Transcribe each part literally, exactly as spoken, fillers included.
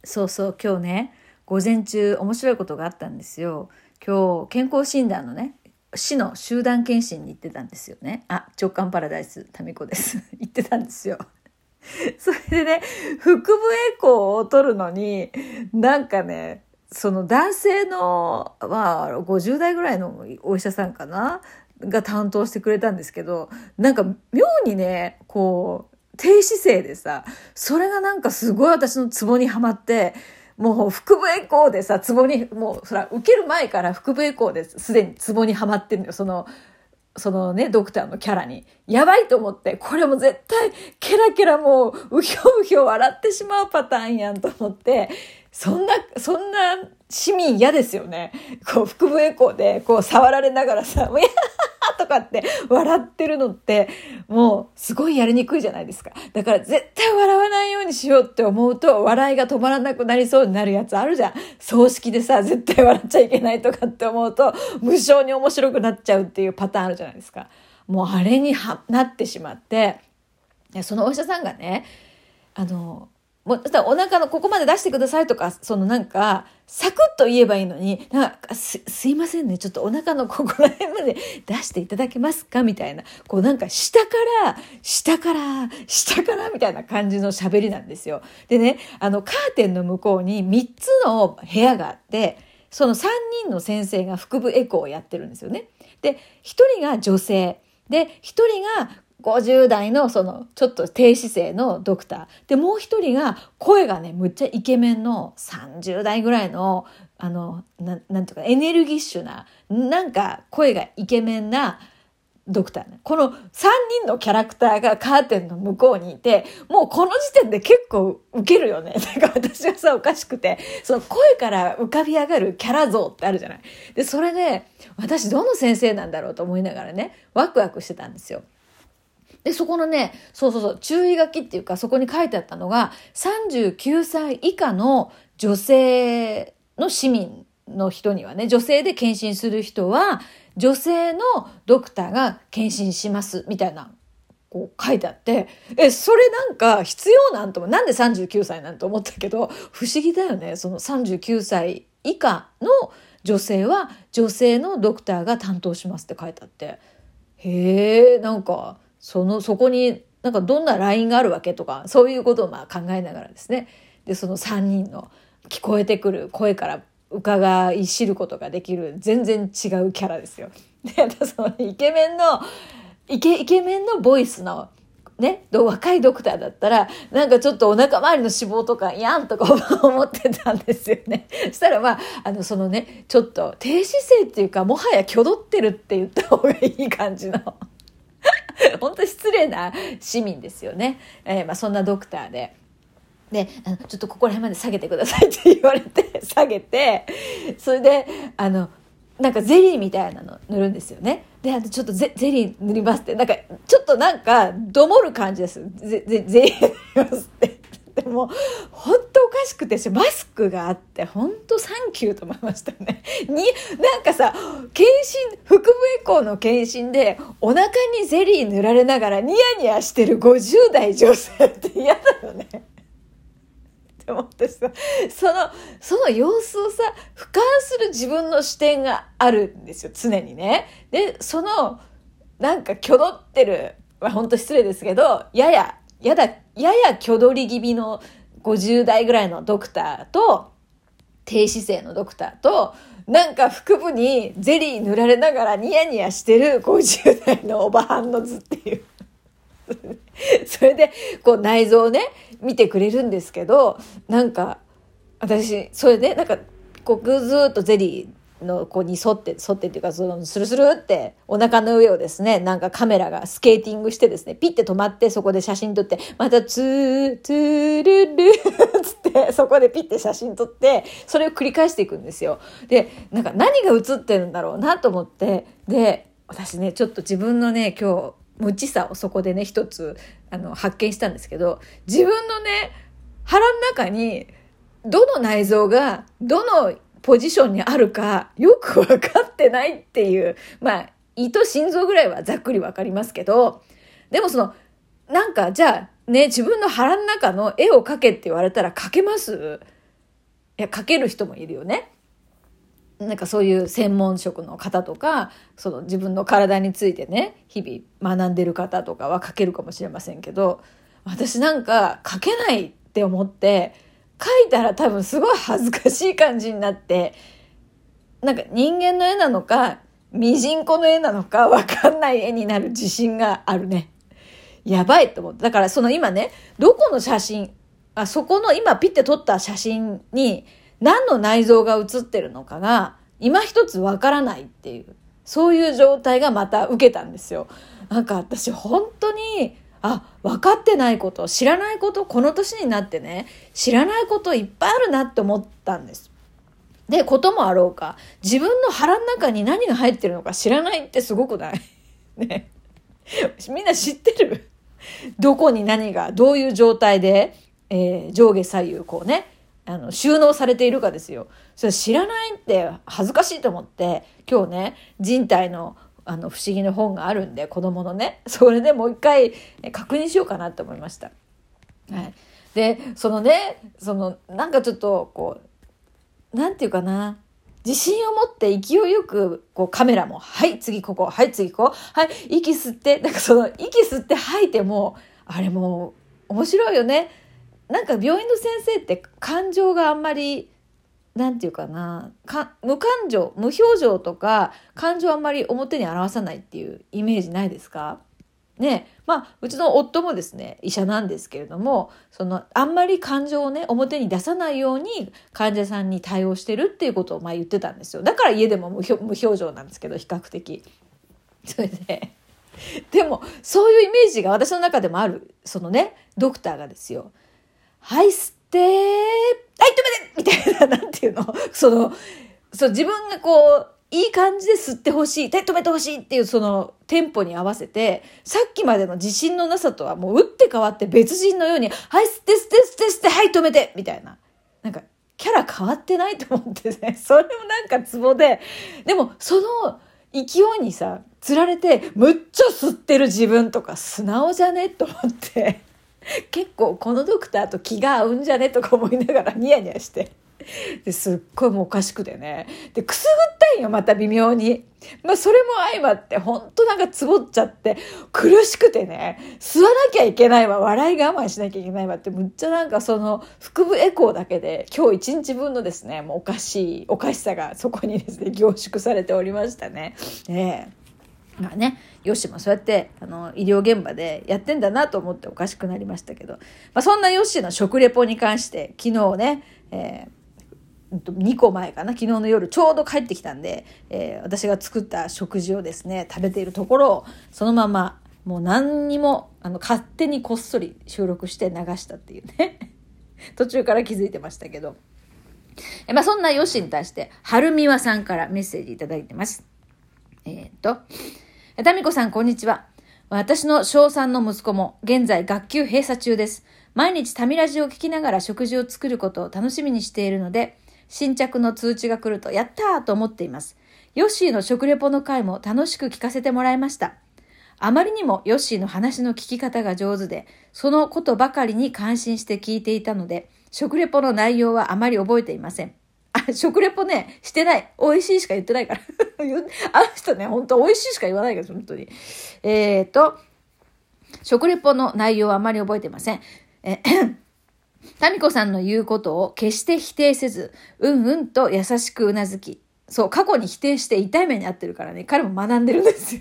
そうそう、今日ね、午前中面白いことがあったんですよ。今日、健康診断のね、市の集団検診に行ってたんですよね。あ、直感パラダイス、タミコです。行ってたんですよ。それでね、腹部エコーを取るのに、なんかね、その男性の、まあ、ごじゅう代ぐらいのお医者さんかなが担当してくれたんですけど、なんか妙にね、こう、低姿勢でさ、それがなんかすごい私のツボにはまって、もう腹部エコーでさ、ツボに、もうそら、受ける前から腹部エコーですでにツボにはまってるのよ。その、そのね、ドクターのキャラに。やばいと思って、これも絶対、ケラケラもう、うひょうひょ笑ってしまうパターンやんと思って、そんな、そんな市民嫌ですよね。こう、腹部エコーで、こう、触られながらさ、もうやーとかって笑ってるのって、もう、すごいやりにくいじゃないですか。だから、絶対笑わないようにしようって思うと、笑いが止まらなくなりそうになるやつあるじゃん。葬式でさ、絶対笑っちゃいけないとかって思うと、無性に面白くなっちゃうっていうパターンあるじゃないですか。もう、あれにはなってしまって、そのお医者さんがね、あの、もうお腹のここまで出してくださいとか、そのなんか、サクッと言えばいいのに、なんかす、すいませんね、ちょっとお腹のここら辺まで出していただけますかみたいな、こうなんか下から、下から、下からみたいな感じの喋りなんですよ。でね、あの、カーテンの向こうにみっつの部屋があって、そのさんにんの先生が腹部エコーをやってるんですよね。で、ひとりが女性。で、ひとりがごじゅう代のそのちょっと低姿勢のドクターで、もう一人が声がねむっちゃイケメンのさんじゅう代ぐらいのあの な, なんていうかエネルギッシュななんか声がイケメンなドクターね。このさんにんのキャラクターがカーテンの向こうにいて、もうこの時点で結構ウケるよね。なんか私はさおかしくて、その声から浮かび上がるキャラ像ってあるじゃない。でそれで私どの先生なんだろうと思いながらねワクワクしてたんですよ。で、そこのね、そうそうそう、注意書きっていうか、そこに書いてあったのが、さんじゅうきゅうさい以下の女性の市民の人にはね、女性で検診する人は、女性のドクターが検診します、みたいな、こう書いてあって、え、それなんか必要なんと思う。なんでさんじゅうきゅうさいなんて思ったけど、不思議だよね。そのさんじゅうきゅうさい以下の女性は、女性のドクターが担当しますって書いてあって、へえ、なんか、その、そこになんかどんなラインがあるわけとか、そういうことをまあ考えながらですね。で、そのさんにんの聞こえてくる声から伺い知ることができる全然違うキャラですよ。で、そのイケメンの、イケ、イケメンのボイスのね、若いドクターだったら、なんかちょっとお腹周りの脂肪とか、やんとか思ってたんですよね。そしたらまあ、あの、そのね、ちょっと低姿勢っていうか、もはや挙動ってるって言った方がいい感じの。本当失礼な市民ですよね。えー、まあそんなドクターで。で、あのちょっとここら辺まで下げてくださいって言われて、下げて、それで、あの、なんかゼリーみたいなの塗るんですよね。で、あとちょっと ゼ, ゼリー塗りますって、なんか、ちょっとなんか、どもる感じです。ゼ, ゼ, ゼリー塗りますって。でも、本当おかしくて、マスクがあって、本当サンキューと思いましたね。に、なんかさ、検診、腹部エコーの検診で、お腹にゼリー塗られながらニヤニヤしてるごじゅう代女性って嫌だよね。って思ってさ、その、その様子をさ、俯瞰する自分の視点があるんですよ、常にね。で、その、なんか、挙動ってる、まあ、本当失礼ですけど、やや、やだ、やや挙取り気味のごじゅう代ぐらいのドクターと、低姿勢のドクターと、なんか腹部にゼリー塗られながらニヤニヤしてるごじゅう代のおばはんの図っていう。それで、こう内臓をね、見てくれるんですけど、なんか、私、それで、なんか、こうぐずーっとゼリー、の子に沿って沿ってっていうかそのスルスルってお腹の上をですねなんかカメラがスケーティングしてですねピッて止まってそこで写真撮ってまたツーツールルつってそこでピッて写真撮ってそれを繰り返していくんですよ。でなんか何が写ってるんだろうなと思ってで私ねちょっと自分のね今日無知さをそこでね一つあの発見したんですけど自分のね腹の中にどの内臓がどのポジションにあるかよく分かってないっていう、まあ、胃と心臓ぐらいはざっくり分かりますけど、でもその、なんかじゃあね、自分の腹の中の絵を描けって言われたら描けます？ や、かける人もいるよね。なんかそういう専門職の方とか、その自分の体についてね、日々学んでる方とかは書けるかもしれませんけど、私なんか書けないって思って、書いたら多分すごい恥ずかしい感じになって、なんか人間の絵なのか、ミジンコの絵なのかわかんない絵になる自信があるね。やばいと思って。だからその今ね、どこの写真、あそこの今ピッて撮った写真に何の内臓が写ってるのかが今一つわからないっていう、そういう状態がまた受けたんですよ。なんか私本当に、あ、分かってないこと、知らないこと、この年になってね、知らないこといっぱいあるなって思ったんです。で、こともあろうか、自分の腹の中に何が入ってるのか知らないってすごくないね。みんな知ってる？どこに何が、どういう状態で、えー、上下左右こうね、あの収納されているかですよ。それ知らないって恥ずかしいと思って、今日ね、人体のあの不思議な本があるんで、子供のね、それでもう一回確認しようかなと思いました。はい。で、そのね、そのなんかちょっとこう、なんていうかな、自信を持って勢いよくこうカメラも、はい次ここ、はい次ここ、はい息吸って、なんかその息吸って吐いても、あれもう面白いよね。なんか病院の先生って感情があんまり、なんていうかな、か無感情、無表情とか感情あんまり表に表さないっていうイメージないですかね。まあうちの夫もですね、医者なんですけれども、そのあんまり感情をね表に出さないように患者さんに対応してるっていうことをまあ言ってたんですよ。だから家でも無表、無表情なんですけど、比較的。それででもそういうイメージが私の中でもある、そのねドクターがですよ、はい吸ってはい止めてみたいな、なんていうの、そのそう自分がこういい感じで吸ってほしい、止めてほしいっていうそのテンポに合わせて、さっきまでの自信のなさとはもう打って変わって別人のように、はい吸って吸って吸って吸って、はい止めてみたいな、なんかキャラ変わってないと思ってね、それもなんかツボで、でもその勢いにさつられてむっちゃ吸ってる自分とか素直じゃねと思って結構このドクターと気が合うんじゃねとか思いながらニヤニヤして、ですっごいもうおかしくてね、でくすぐったいよ、また微妙に、まあそれも相まって本当なんかつぼっちゃって苦しくてね、吸わなきゃいけないわ、笑い我慢しなきゃいけないわって、むっちゃなんかその腹部エコーだけで今日一日分のですね、もうおかしいおかしさがそこにですね凝縮されておりましたね。ええまあね、よしもそうやってあの医療現場でやってんだなと思っておかしくなりましたけど、まあ、そんなよしの食レポに関して昨日ね、えー、にこまえかな、昨日の夜ちょうど帰ってきたんで、えー、私が作った食事をですね食べているところをそのままもう何にもあの勝手にこっそり収録して流したっていうね途中から気づいてましたけど、え、まあ、そんなよしに対して春美和さんからメッセージいただいてます。えー、っとタミコさんこんにちは。私の小さんの息子も現在学級閉鎖中です。毎日タミラジを聞きながら食事を作ることを楽しみにしているので、新着の通知が来るとやったーと思っています。ヨッシーの食レポの回も楽しく聞かせてもらいました。あまりにもヨッシーの話の聞き方が上手で、そのことばかりに感心して聞いていたので、食レポの内容はあまり覚えていません。あ、食レポね、してない。美味しいしか言ってないから。あの人ね、本当美味しいしか言わないから、本当に。えーと、食レポの内容はあまり覚えていません。えタミコさんの言うことを決して否定せず、うんうんと優しくうなずき、そう、過去に否定して痛い目に遭ってるからね、彼も学んでるんですよ。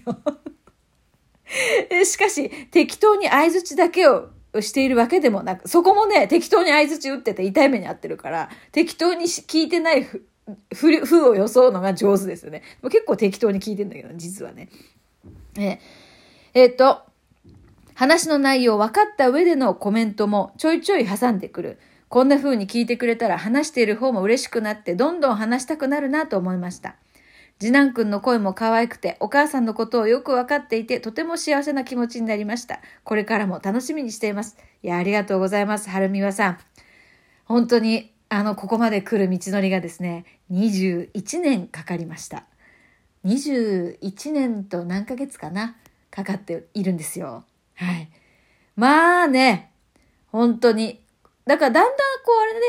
しかし、適当に相槌だけをしているわけでもなく、そこもね、適当に相槌打ってて痛い目に遭ってるから、適当に聞いてないふ、ふ、ふを装うのが上手ですよね。結構適当に聞いてんだけど、実はね。ええー、っと、話の内容分かった上でのコメントもちょいちょい挟んでくる。こんな風に聞いてくれたら話している方も嬉しくなってどんどん話したくなるなと思いました。次男くんの声も可愛くてお母さんのことをよく分かっていてとても幸せな気持ちになりました。これからも楽しみにしています。いや、ありがとうございます。はるみわさん。本当にあのここまで来る道のりがですね、にじゅういちねんかかりました。にじゅういちねんと何ヶ月かなかかっているんですよ。はい。まあね、本当に。だからだんだんこうあれね、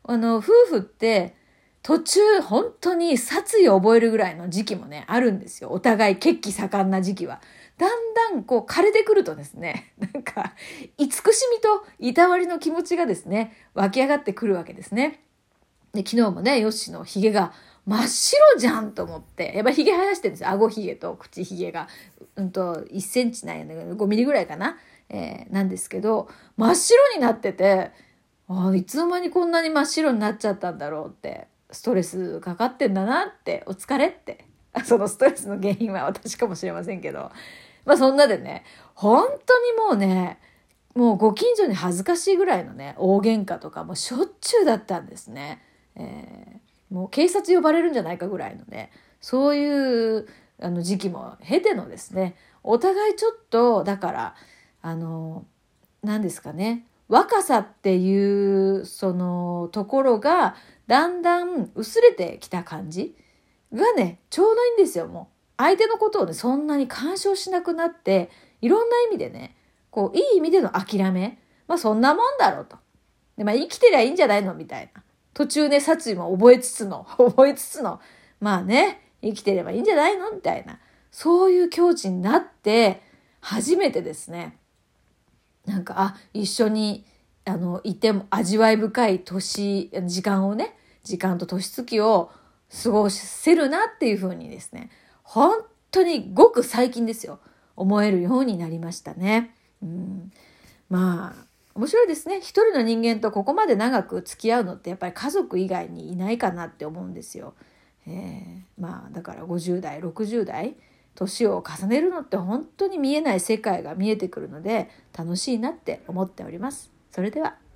あの夫婦って途中本当に殺意を覚えるぐらいの時期もねあるんですよ。お互い血気盛んな時期は。だんだんこう枯れてくるとですね、なんか慈しみといたわりの気持ちがですね湧き上がってくるわけですね。で昨日もねヨッシーのひげが真っ白じゃんと思って、やっぱひげ生やしてるんですよ。顎ひげと口ひげがうんといっセンチないんだけどごミリぐらいかな、えー、なんですけど真っ白になってて、あいつの間にこんなに真っ白になっちゃったんだろうって、ストレスかかってんだなって、お疲れって、そのストレスの原因は私かもしれませんけど、まあそんなでね、本当にもうね、もうご近所に恥ずかしいぐらいのね、大喧嘩とかもしょっちゅうだったんですね。えー、もう警察呼ばれるんじゃないかぐらいのね、そういうあの時期も経てのですね、お互いちょっと、だから、あの、何ですかね、若さっていうそのところがだんだん薄れてきた感じがね、ちょうどいいんですよ。もう相手のことをねそんなに干渉しなくなって、いろんな意味でね、こういい意味での諦め、まあそんなもんだろうと、で、まあ、生きてりゃいいんじゃないのみたいな、途中ね殺意も覚えつつの覚えつつのまあね生きてればいいんじゃないのみたいな、そういう境地になって初めてですね、なんかあ一緒にあのいても味わい深い年時間をね時間と年月を過ごせるなっていう風にですね、本当にごく最近ですよ、思えるようになりましたね。うん、まあ面白いですね。一人の人間とここまで長く付き合うのってやっぱり家族以外にいないかなって思うんですよ。えー、まあだからごじゅう代ろくじゅう代年を重ねるのって本当に見えない世界が見えてくるので楽しいなって思っております。それでは。